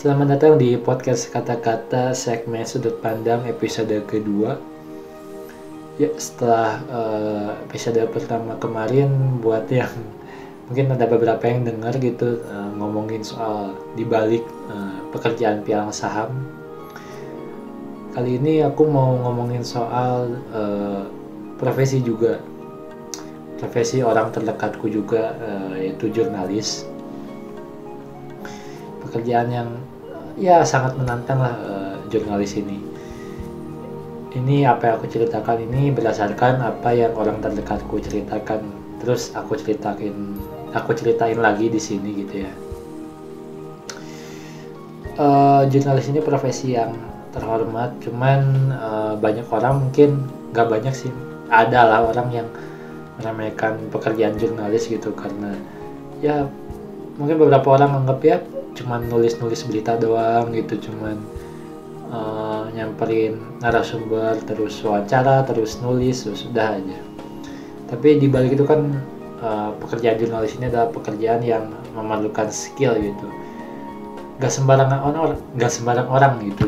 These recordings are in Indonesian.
Selamat datang di podcast kata-kata segmen sudut pandang episode kedua. Ya, setelah episode pertama kemarin, buat yang mungkin ada beberapa yang dengar gitu ngomongin soal dibalik pekerjaan pialang saham. Kali ini aku mau ngomongin soal profesi juga, profesi orang terdekatku juga, yaitu jurnalis. Pekerjaan yang ya sangat menantang lah, jurnalis ini. Ini apa yang aku ceritakan ini berdasarkan apa yang orang terdekatku ceritakan, terus aku ceritain lagi di sini gitu ya. Jurnalis ini profesi yang terhormat, cuman banyak orang, mungkin gak banyak sih, ada lah orang yang meremehkan pekerjaan jurnalis gitu, karena ya mungkin beberapa orang anggap ya cuman nulis berita doang gitu, cuman nyamperin narasumber, terus wawancara, terus nulis, terus udah aja. Tapi di balik itu kan pekerjaan jurnalis ini adalah pekerjaan yang memerlukan skill gitu. Gak sembarang orang gitu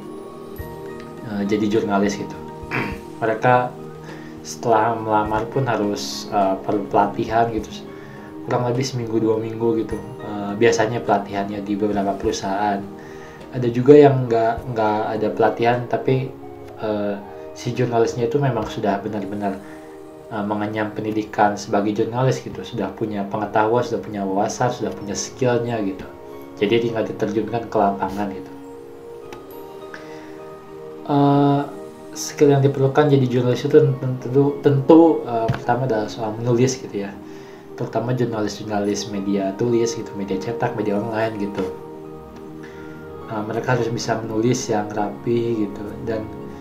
jadi jurnalis gitu. Mereka setelah melamar pun harus perlu pelatihan gitu, kurang lebih seminggu 2 minggu gitu. Biasanya pelatihannya di beberapa perusahaan. Ada juga yang nggak ada pelatihan, tapi si jurnalisnya itu memang sudah benar-benar mengenyam pendidikan sebagai jurnalis gitu, sudah punya pengetahuan, sudah punya wawasan, sudah punya skillnya gitu. Jadi tinggal diterjunkan ke lapangan gitu. Skill yang diperlukan jadi jurnalis itu tentu pertama adalah soal menulis gitu ya, terutama jurnalis media tulis gitu, media cetak, media online gitu. Mereka harus bisa menulis yang rapi gitu, dan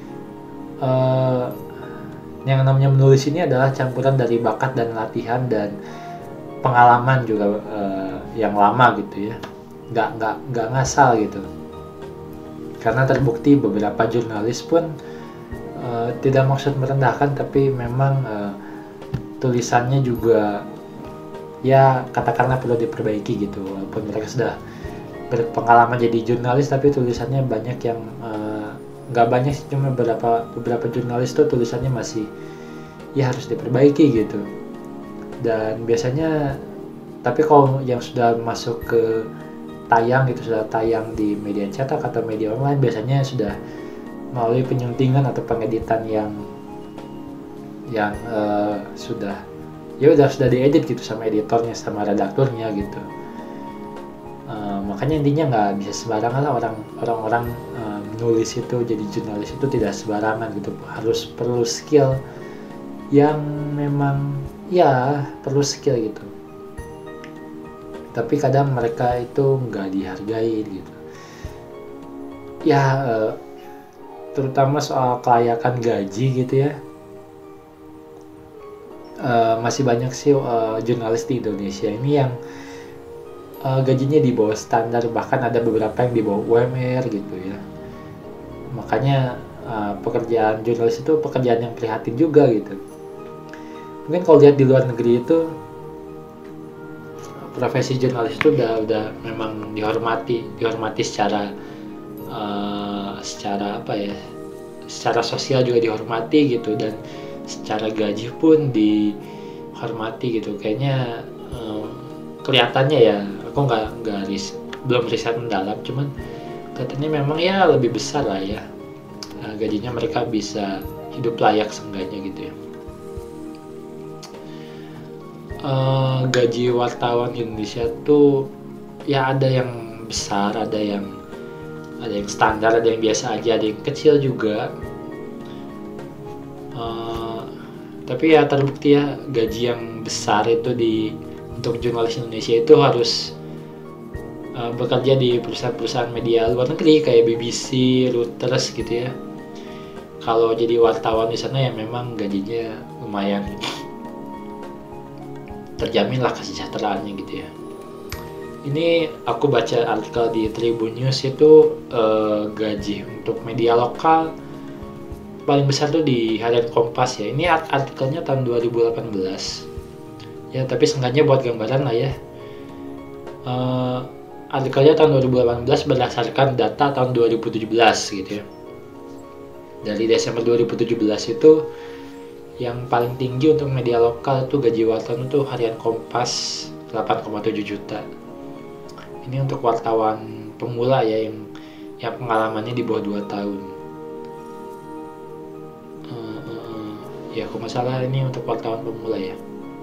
yang namanya menulis ini adalah campuran dari bakat dan latihan dan pengalaman juga yang lama gitu ya, nggak ngasal gitu. Karena terbukti beberapa jurnalis pun tidak maksud merendahkan, tapi memang tulisannya juga ya katakanlah perlu diperbaiki gitu. Walaupun mereka sudah berpengalaman jadi jurnalis, tapi tulisannya banyak yang nggak banyak sih, cuma beberapa jurnalis tuh tulisannya masih ya harus diperbaiki gitu. Dan biasanya, tapi kalau yang sudah masuk ke tayang gitu, sudah tayang di media cetak atau media online, biasanya sudah melalui penyuntingan atau pengeditan yang sudah diedit gitu sama editornya, sama redakturnya gitu. Makanya intinya nggak bisa sembarangan lah orang-orang menulis itu, jadi jurnalis itu tidak sembarangan gitu, harus perlu skill yang memang ya perlu skill gitu. Tapi kadang mereka itu nggak dihargai gitu ya, terutama soal kelayakan gaji gitu ya. Masih banyak sih jurnalis di Indonesia ini yang gajinya di bawah standar, bahkan ada beberapa yang di bawah UMR gitu ya. Makanya pekerjaan jurnalis itu pekerjaan yang prihatin juga gitu. Mungkin kalau lihat di luar negeri itu profesi jurnalis itu udah memang dihormati secara apa ya, secara sosial juga dihormati gitu, dan secara gaji pun dihormati gitu. Kayaknya kelihatannya ya, aku belum riset mendalam, cuman katanya memang ya lebih besar lah ya, gajinya, mereka bisa hidup layak seenggaknya gitu ya. Gaji wartawan Indonesia tuh ya ada yang besar, ada yang standar, ada yang biasa aja, ada yang kecil juga. Tapi ya terbukti ya, gaji yang besar itu untuk jurnalis Indonesia itu harus bekerja di perusahaan-perusahaan media luar negeri kayak BBC, Reuters gitu ya. Kalau jadi wartawan di sana ya memang gajinya lumayan terjamin lah kesejahteraannya gitu ya. Ini aku baca artikel di Tribun News itu, gaji untuk media lokal paling besar tuh di Harian Kompas ya. Ini artikelnya tahun 2018 ya, tapi seenggaknya buat gambaran lah ya. artikelnya tahun 2018 berdasarkan data tahun 2017 gitu ya. Dari Desember 2017 itu yang paling tinggi untuk media lokal itu gaji wartawan itu harian Kompas 8,7 juta. Ini untuk wartawan pemula ya yang pengalamannya di bawah 2 tahun. Ya kalau nggak salah ini untuk wartawan pemula ya.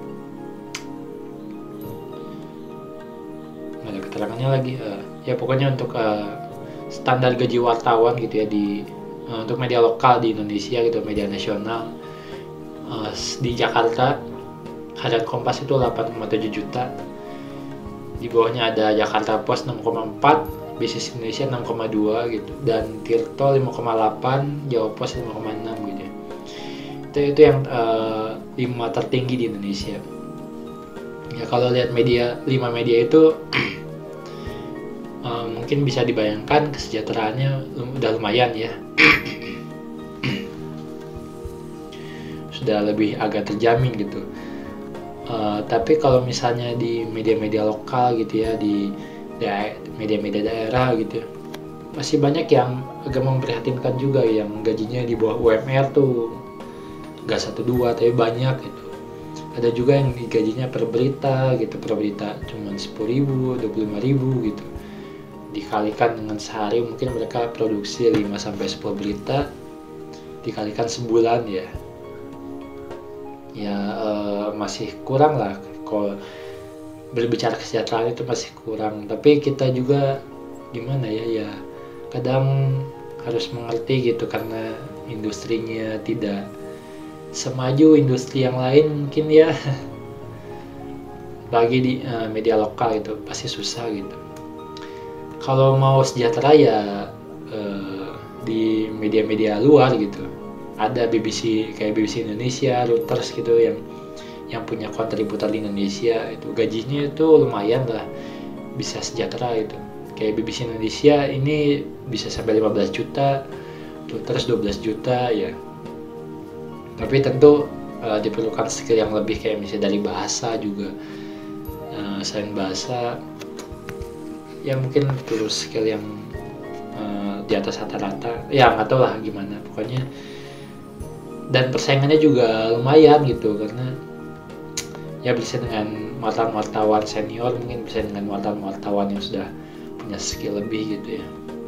Nggak ada keterangannya lagi. Ya pokoknya untuk standar gaji wartawan gitu ya untuk media lokal di Indonesia gitu, media nasional di Jakarta harian Kompas itu 8,7 juta. Di bawahnya ada Jakarta Post 6,4, Bisnis Indonesia 6,2 gitu, dan Tirto 5,8, Jawa Post 5,6 gitu ya. Itu yang 5 tertinggi di Indonesia. Ya kalau lihat 5 media itu mungkin bisa dibayangkan kesejahteraannya udah lumayan ya. Sudah lebih agak terjamin gitu. Tapi kalau misalnya di media-media lokal gitu ya, di media-media daerah gitu ya, masih banyak yang agak memprihatinkan juga, yang gajinya di bawah UMR tuh nggak 1-2 tapi banyak gitu. Ada juga yang gajinya per berita gitu, per berita cuma 10.000, 25.000 gitu, dikalikan dengan sehari mungkin mereka produksi 5-10 berita, dikalikan sebulan ya masih kurang lah. Kalau berbicara kesejahteraan itu masih kurang, tapi kita juga gimana ya kadang harus mengerti gitu, karena industrinya tidak semaju industri yang lain mungkin ya. Bagi di media lokal itu pasti susah gitu. Kalau mau sejahtera ya di media-media luar gitu, ada BBC, kayak BBC Indonesia, Reuters gitu, yang punya kontributor di Indonesia, itu gajinya itu lumayan lah, bisa sejahtera itu. Kayak BBC Indonesia ini bisa sampai 15 juta, Reuters 12 juta ya. Tapi tentu diperlukan skill yang lebih, kayak misalnya dari bahasa juga. Selain bahasa ya mungkin perlu skill yang di atas rata-rata, ya nggak tahu lah gimana pokoknya. Dan persaingannya juga lumayan gitu, karena ya bisa dengan wartawan senior, mungkin bisa dengan wartawan yang sudah punya skill lebih gitu ya.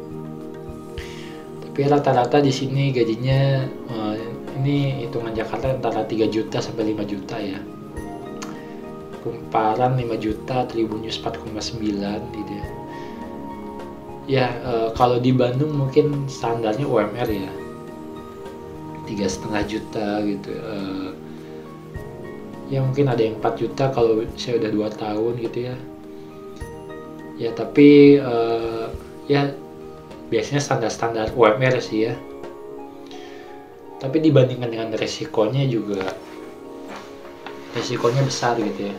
Tapi rata-rata di sini gajinya ini hitungan Jakarta antara 3 juta sampai 5 juta ya. Kumparan 5 juta, Tribun News 4,9 gitu ya. Ya kalau di Bandung mungkin standarnya UMR ya 3,5 juta gitu. Ya mungkin ada yang 4 juta kalau saya udah 2 tahun gitu ya. Ya tapi ya biasanya standar-standar UMR sih ya. Tapi dibandingkan dengan resikonya besar gitu ya.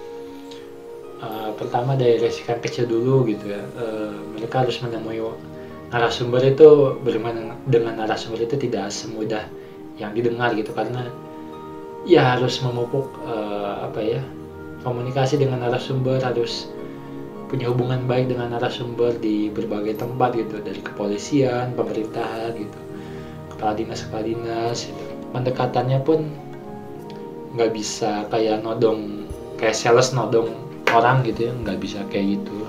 Pertama dari resiko yang kecil dulu gitu ya. Mereka harus menemui narasumber itu, bagaimana dengan narasumber itu tidak semudah yang didengar gitu, karena ya harus memupuk komunikasi dengan narasumber, harus punya hubungan baik dengan narasumber di berbagai tempat gitu, dari kepolisian, pemerintahan gitu, kepala dinas gitu. Pendekatannya pun nggak bisa kayak sales nodong orang gitu ya, nggak bisa kayak gitu.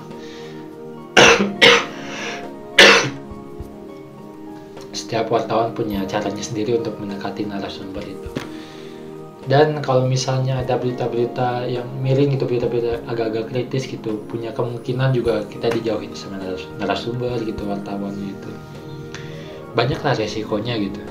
Setiap wartawan punya caranya sendiri untuk mendekati narasumber itu. Dan kalau misalnya ada berita-berita yang miring gitu, berita-berita agak-agak kritis gitu, punya kemungkinan juga kita dijauhin sama narasumber gitu, wartawannya itu. Banyaklah resikonya gitu.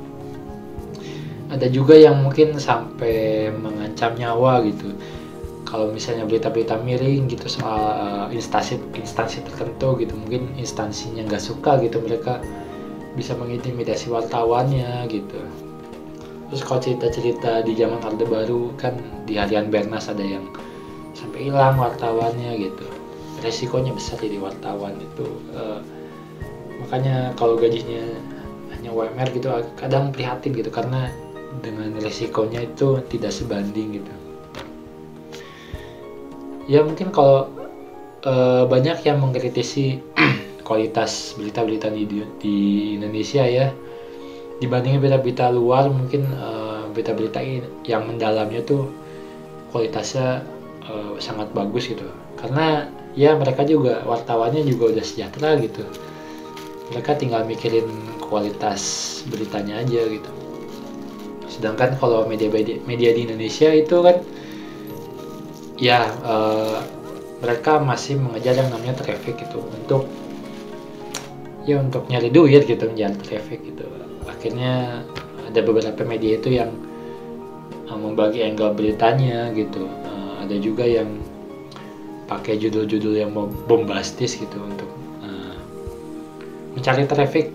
Ada juga yang mungkin sampai mengancam nyawa gitu. Kalau misalnya berita-berita miring gitu soal instansi tertentu gitu, mungkin instansinya nggak suka gitu, mereka bisa mengintimidasi wartawannya gitu. Terus kalau cerita-cerita di zaman Orde Baru kan, di harian Bernas ada yang sampai hilang wartawannya gitu. Resikonya besar di wartawan itu. Makanya kalau gajinya hanya UMR gitu, kadang prihatin gitu, karena dengan resikonya itu tidak sebanding gitu. Ya mungkin kalau banyak yang mengkritisi kualitas berita-berita di Indonesia ya, dibandingin berita-berita luar. Mungkin berita-berita yang mendalamnya tuh kualitasnya sangat bagus gitu, karena ya mereka juga, wartawannya juga udah sejahtera gitu, mereka tinggal mikirin kualitas beritanya aja gitu. Sedangkan kalau media di Indonesia itu kan ya mereka masih mengejar yang namanya traffic gitu, untuk nyari duit gitu, menjadi traffic gitu. Akhirnya ada beberapa media itu yang membagi angle beritanya gitu. Ada juga yang pakai judul-judul yang bombastis gitu untuk mencari traffic.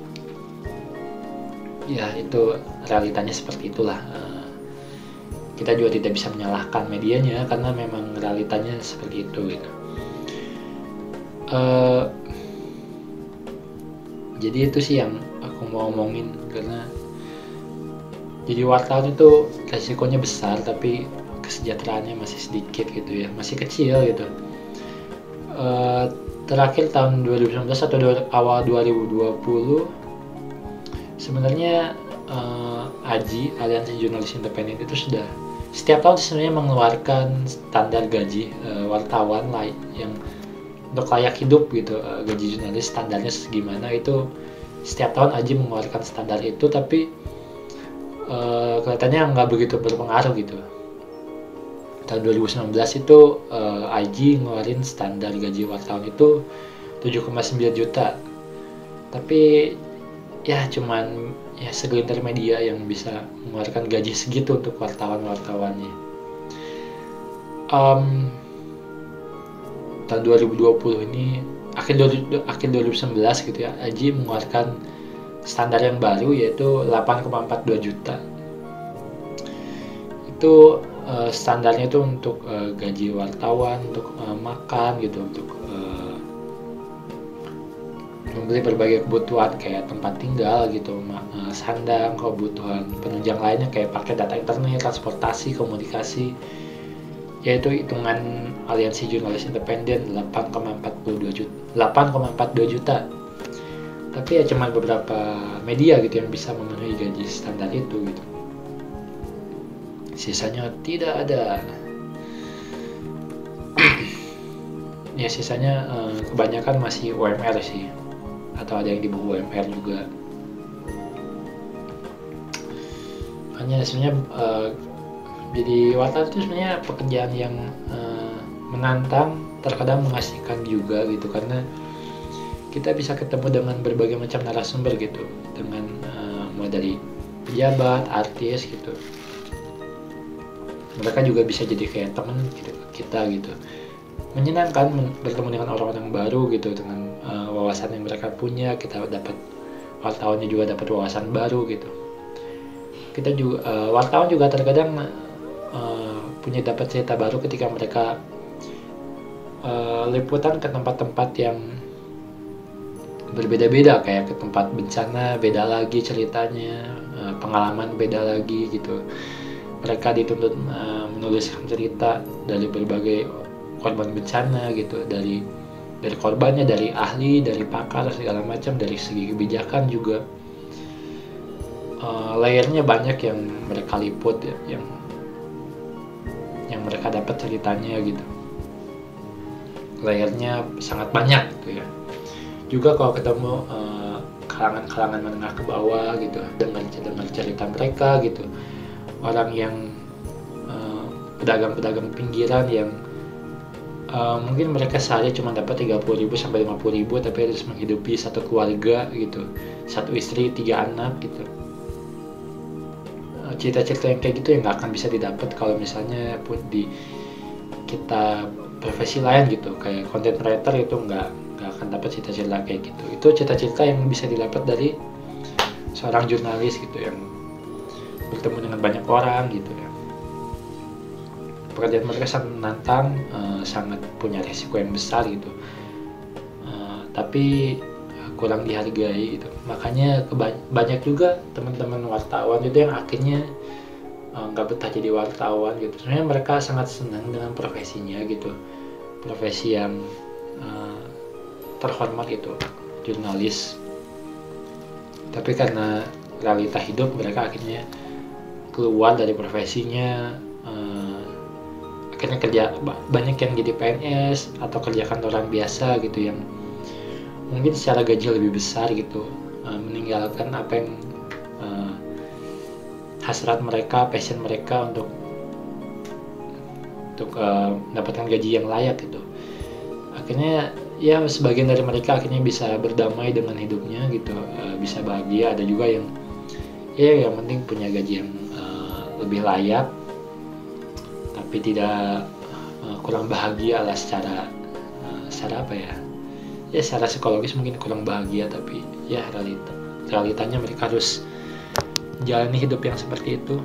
Ya itu realitanya seperti itulah. Kita juga tidak bisa menyalahkan medianya karena memang realitanya seperti itu gitu. Jadi itu sih yang aku mau omongin, karena jadi wartawan itu resikonya besar tapi kesejahteraannya masih sedikit gitu ya, masih kecil gitu. Terakhir tahun 2019 atau awal 2020 sebenarnya AJI, Aliansi Jurnalis Independen, itu sudah setiap tahun sebenarnya mengeluarkan standar gaji wartawan lain yang untuk layak hidup gitu. Gaji jurnalis standarnya segimana itu setiap tahun AJI mengeluarkan standar itu, tapi kelihatannya nggak begitu berpengaruh gitu. Tahun 2019 itu AJI ngeluarin standar gaji wartawan itu 7,9 juta, tapi ya cuman ya segelintir media yang bisa mengeluarkan gaji segitu untuk wartawan-wartawannya. Tahun 2020 ini akhir 2019 gitu ya, AJI mengeluarkan standar yang baru yaitu 8,42 juta. Itu standarnya itu untuk gaji wartawan, untuk makan gitu, untuk membeli berbagai kebutuhan kayak tempat tinggal gitu, sandang, kebutuhan penunjang lainnya kayak paket data internet, transportasi, komunikasi. Yaitu hitungan Aliansi Jurnalis Independen 8,42 juta. Tapi ya cuma beberapa media gitu yang bisa memenuhi gaji standar itu gitu. Sisanya tidak ada. Ya sisanya kebanyakan masih UMR sih, atau ada yang di bawah UMR juga. Makanya sebenarnya jadi wartawan itu sebenarnya pekerjaan yang menantang, terkadang mengasihkan juga gitu, karena kita bisa ketemu dengan berbagai macam narasumber gitu, dengan mulai dari pejabat, artis gitu. Mereka juga bisa jadi kayak teman gitu, kita gitu. Menyenangkan bertemu dengan orang-orang baru gitu, dengan wawasan yang mereka punya. Kita dapat, wartawannya juga dapat wawasan baru gitu. Kita juga wartawan juga terkadang punya dapat cerita baru ketika mereka liputan ke tempat-tempat yang berbeda-beda, kayak ke tempat bencana beda lagi ceritanya, pengalaman beda lagi gitu. Mereka dituntut menuliskan cerita dari berbagai korban bencana gitu, dari korbannya, dari ahli, dari pakar segala macam, dari segi kebijakan juga. Layernya banyak yang mereka liput ya, yang mereka dapat ceritanya gitu. Layernya sangat banyak gitu ya. Juga kalau ketemu kalangan-kalangan menengah ke bawah gitu, dengar cerita mereka gitu. Orang yang pedagang-pedagang pinggiran yang mungkin mereka sehari cuma dapat 30.000 sampai 50.000, tapi harus menghidupi satu keluarga gitu, satu istri, 3 anak gitu. Cerita-cerita yang kayak gitu yang nggak akan bisa didapat kalau misalnya pun di kita profesi lain gitu, kayak content writer itu nggak akan dapat cerita-cerita kayak gitu. Itu cerita-cerita yang bisa didapat dari seorang jurnalis gitu, yang bertemu dengan banyak orang gitu ya. Pekerjaan mereka sangat menantang, sangat punya resiko yang besar gitu, tapi kurang dihargai gitu. Makanya banyak juga teman-teman wartawan itu yang akhirnya nggak betah jadi wartawan gitu. Sebenarnya mereka sangat senang dengan profesinya gitu, profesi yang terhormat gitu, jurnalis. Tapi karena realita hidup mereka akhirnya keluar dari profesinya, akhirnya kerja, banyak yang jadi PNS atau kerja kantoran biasa gitu yang mungkin secara gaji lebih besar gitu, meninggalkan apa yang hasrat mereka, passion mereka untuk mendapatkan gaji yang layak gitu. Akhirnya ya sebagian dari mereka akhirnya bisa berdamai dengan hidupnya gitu, bisa bahagia. Ada juga yang ya yang penting punya gaji yang lebih layak, tapi tidak kurang bahagia lah secara apa ya, secara psikologis mungkin kurang bahagia, tapi ya realitanya mereka harus jalani hidup yang seperti itu.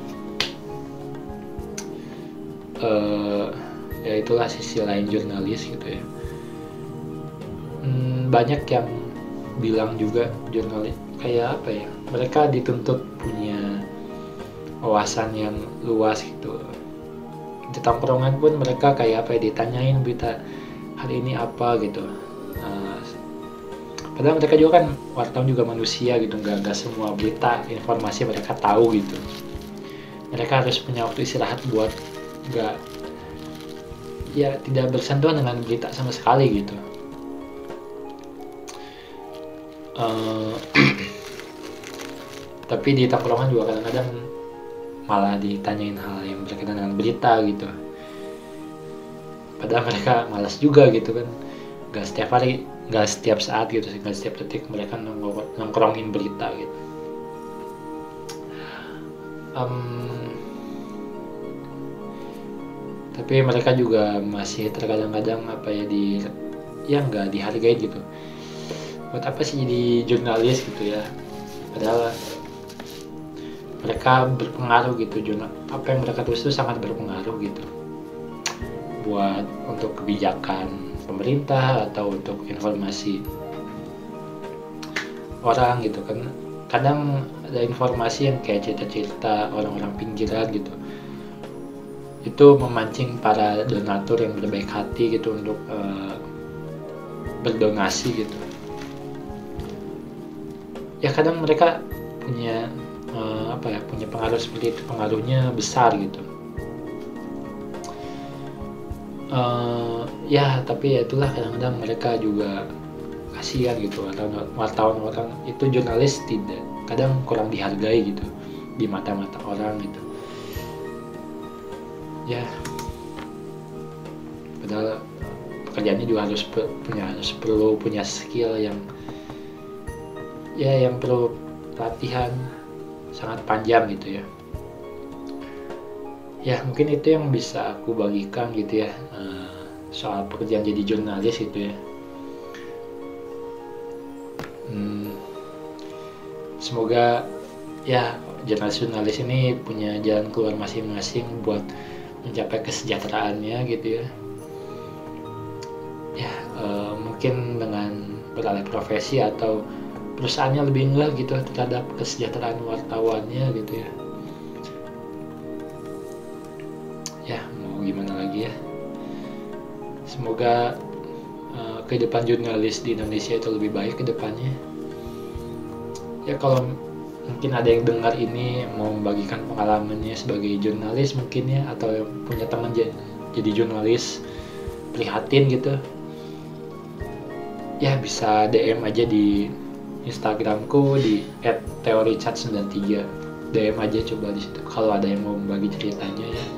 Ya itulah sisi lain jurnalis gitu ya. Banyak yang bilang juga jurnalis kayak apa ya, mereka dituntut punya wawasan yang luas gitu. Di tongkrongan pun mereka kayak apa ya, ditanyain berita hari ini apa gitu. Padahal mereka juga kan wartawan juga manusia gitu, nggak semua berita informasi mereka tahu gitu. Mereka harus punya waktu istirahat buat tidak bersentuhan dengan berita sama sekali gitu. Tapi di tongkrongan juga kadang-kadang malah ditanyain hal yang berkaitan dengan berita gitu, padahal mereka malas juga gitu kan, nggak setiap hari, nggak setiap saat gitu, nggak setiap detik mereka nongkrongin berita gitu. Tapi mereka juga masih terkadang-kadang apa ya nggak dihargai gitu. Buat apa sih jadi jurnalis gitu ya, padahal mereka berpengaruh gitu, apa yang mereka tulis itu sangat berpengaruh gitu buat untuk kebijakan pemerintah atau untuk informasi orang gitu kan. Kadang ada informasi yang kayak cerita-cerita orang-orang pinggiran gitu, itu memancing para donatur yang berbaik hati gitu untuk berdonasi gitu. Ya kadang mereka punya punya pengaruh seperti itu, pengaruhnya besar gitu. Ya tapi ya itulah, kadang-kadang mereka juga kasihan gitu, wartawan itu, jurnalis tidak, kadang kurang dihargai gitu di mata-mata orang gitu ya. Padahal pekerjaannya juga perlu punya skill yang perlu latihan sangat panjang gitu ya. Ya mungkin itu yang bisa aku bagikan gitu ya, soal pekerjaan jadi jurnalis gitu ya. Semoga ya jurnalis ini punya jalan keluar masing-masing buat mencapai kesejahteraannya gitu ya. Ya mungkin dengan beralih profesi atau perusahaannya lebih ngeh gitu terhadap kesejahteraan wartawannya gitu ya. Ya mau gimana lagi ya. Semoga kehidupan jurnalis di Indonesia itu lebih baik ke depannya. Ya kalau mungkin ada yang dengar ini mau membagikan pengalamannya sebagai jurnalis mungkin ya, atau punya teman jadi jurnalis prihatin gitu ya, bisa DM aja di Instagramku di @teorichat93. DM aja coba di situ kalau ada yang mau membagi ceritanya ya.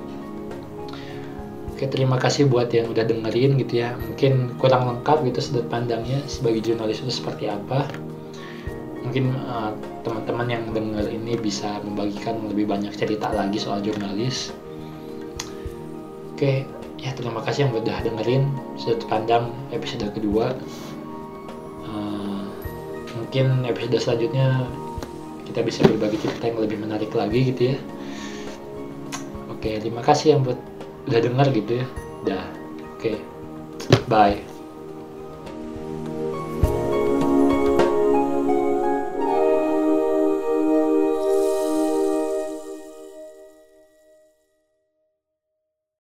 Oke, terima kasih buat yang udah dengerin gitu ya. Mungkin kurang lengkap gitu sudut pandangnya sebagai jurnalis itu seperti apa. Mungkin teman-teman yang dengar ini bisa membagikan lebih banyak cerita lagi soal jurnalis. Oke, ya terima kasih yang udah dengerin sudut pandang episode kedua. Mungkin episode selanjutnya kita bisa berbagi cerita yang lebih menarik lagi gitu ya. Oke, terima kasih yang udah dengar gitu ya. Oke, bye.